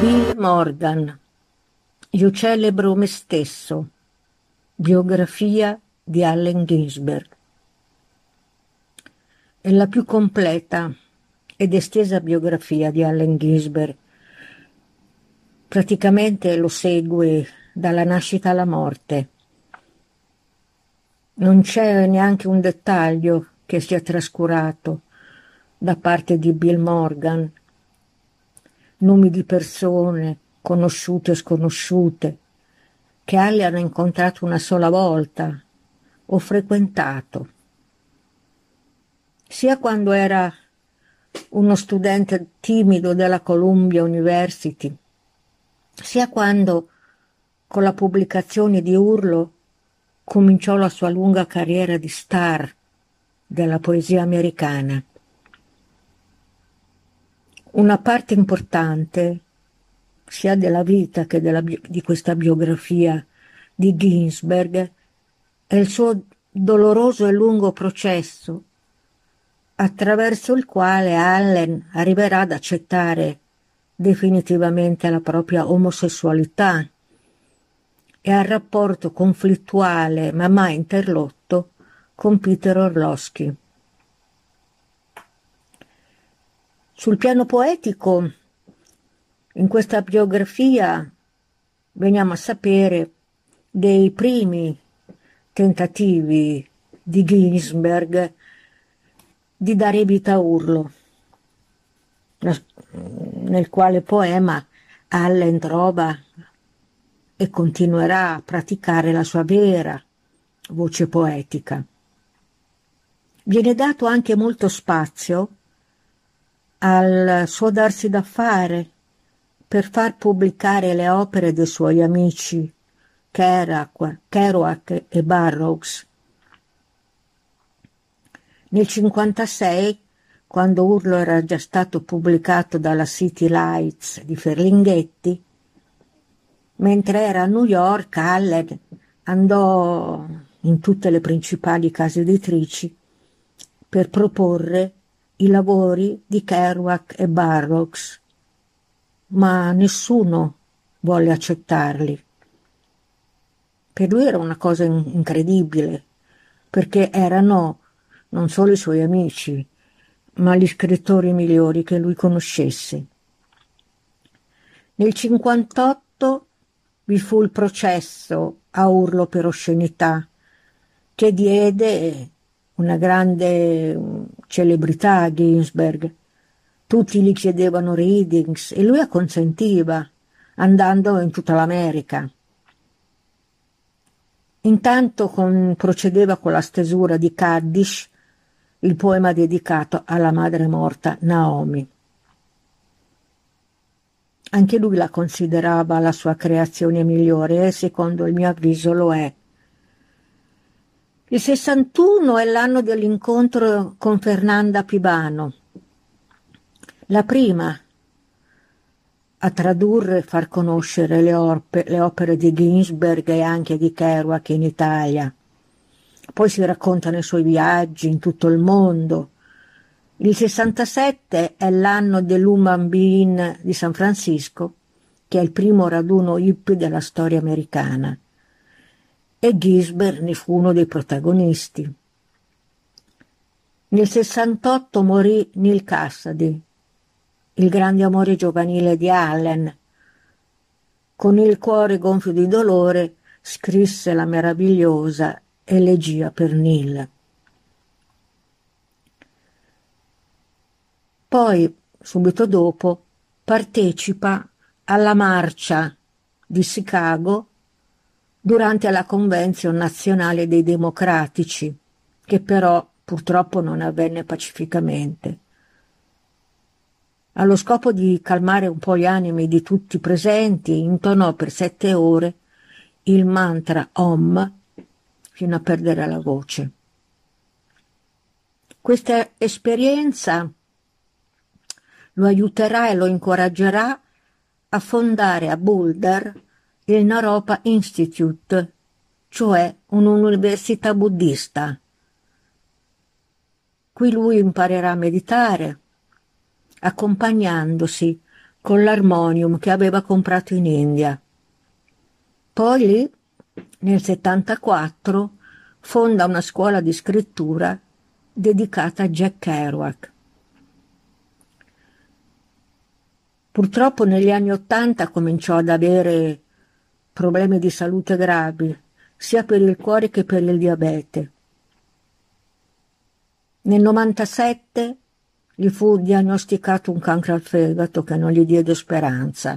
Bill Morgan, Io celebro me stesso, biografia di Allen Ginsberg. È la più completa ed estesa biografia di Allen Ginsberg. Praticamente lo segue dalla nascita alla morte. Non c'è neanche un dettaglio che sia trascurato da parte di Bill Morgan. Nomi di persone, conosciute e sconosciute, che Allen ha incontrato una sola volta o frequentato, sia quando era uno studente timido della Columbia University, sia quando, con la pubblicazione di Urlo, cominciò la sua lunga carriera di star della poesia americana. Una parte importante, sia della vita che di questa biografia di Ginsberg, è il suo doloroso e lungo processo, attraverso il quale Allen arriverà ad accettare definitivamente la propria omosessualità e al rapporto conflittuale ma mai interrotto con Peter Orlowski. Sul piano poetico, in questa biografia veniamo a sapere dei primi tentativi di Ginsberg di dare vita a Urlo, nel quale poema Allen trova e continuerà a praticare la sua vera voce poetica. Viene dato anche molto spazio al suo darsi da fare per far pubblicare le opere dei suoi amici Kerouac e Burroughs. Nel 1956, quando Urlo era già stato pubblicato dalla City Lights di Ferlinghetti, mentre era a New York, Allen andò in tutte le principali case editrici per proporre i lavori di Kerouac e Burroughs, ma nessuno volle accettarli. Per lui era una cosa incredibile, perché erano non solo i suoi amici, ma gli scrittori migliori che lui conoscesse. Nel 1958 vi fu il processo a Urlo per oscenità, che diede una grande celebrità a Ginsberg. Tutti gli chiedevano readings e lui acconsentiva, andando in tutta l'America. Intanto procedeva con la stesura di Kaddish, il poema dedicato alla madre morta Naomi. Anche lui la considerava la sua creazione migliore e secondo il mio avviso lo è. Il 61 è l'anno dell'incontro con Fernanda Pivano, la prima a tradurre e far conoscere le opere di Ginsberg e anche di Kerouac in Italia. Poi si raccontano i suoi viaggi in tutto il mondo. Il 67 è l'anno dell'Human Being di San Francisco, che è il primo raduno hippie della storia americana, e Ginsberg ne fu uno dei protagonisti. Nel 68 morì Neal Cassady, il grande amore giovanile di Allen. Con il cuore gonfio di dolore scrisse la meravigliosa Elegia per Neal. Poi, subito dopo, partecipa alla marcia di Chicago durante la Convention Nazionale dei Democratici, che però purtroppo non avvenne pacificamente. Allo scopo di calmare un po' gli animi di tutti i presenti, intonò per 7 ore il mantra Om fino a perdere la voce. Questa esperienza lo aiuterà e lo incoraggerà a fondare a Boulder il Naropa Institute, cioè un'università buddista. Qui lui imparerà a meditare, accompagnandosi con l'armonium che aveva comprato in India. Poi lì, nel 74, fonda una scuola di scrittura dedicata a Jack Kerouac. Purtroppo negli anni '80 cominciò ad avere problemi di salute gravi, sia per il cuore che per il diabete. Nel '97 gli fu diagnosticato un cancro al fegato che non gli diede speranza.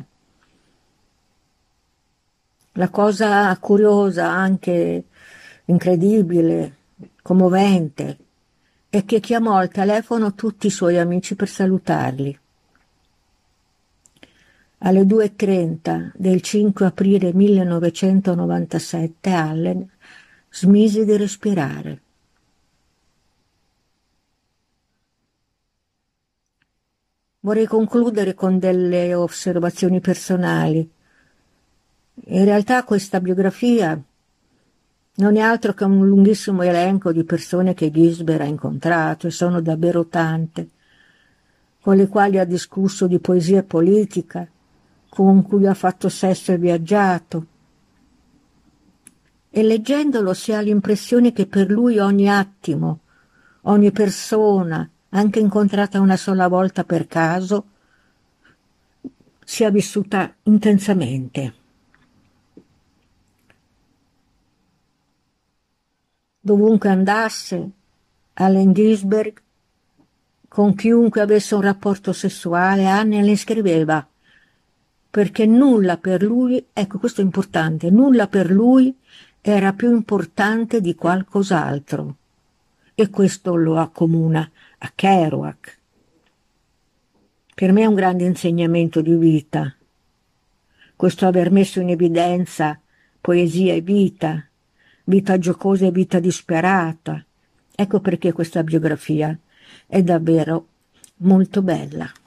La cosa curiosa, anche incredibile, commovente, è che chiamò al telefono tutti i suoi amici per salutarli. Alle 2:30 del 5 aprile 1997 Allen smise di respirare. Vorrei concludere con delle osservazioni personali. In realtà questa biografia non è altro che un lunghissimo elenco di persone che Ginsberg ha incontrato, e sono davvero tante, con le quali ha discusso di poesia e politica, con cui ha fatto sesso e viaggiato. E leggendolo si ha l'impressione che per lui ogni attimo, ogni persona, anche incontrata una sola volta per caso, sia vissuta intensamente. Dovunque andasse, Allen Ginsberg, con chiunque avesse un rapporto sessuale, Anne le scriveva, perché nulla per lui, ecco questo è importante, nulla per lui era più importante di qualcos'altro. E questo lo accomuna a Kerouac. Per me è un grande insegnamento di vita, questo aver messo in evidenza poesia e vita giocosa e vita disperata. Ecco perché questa biografia è davvero molto bella.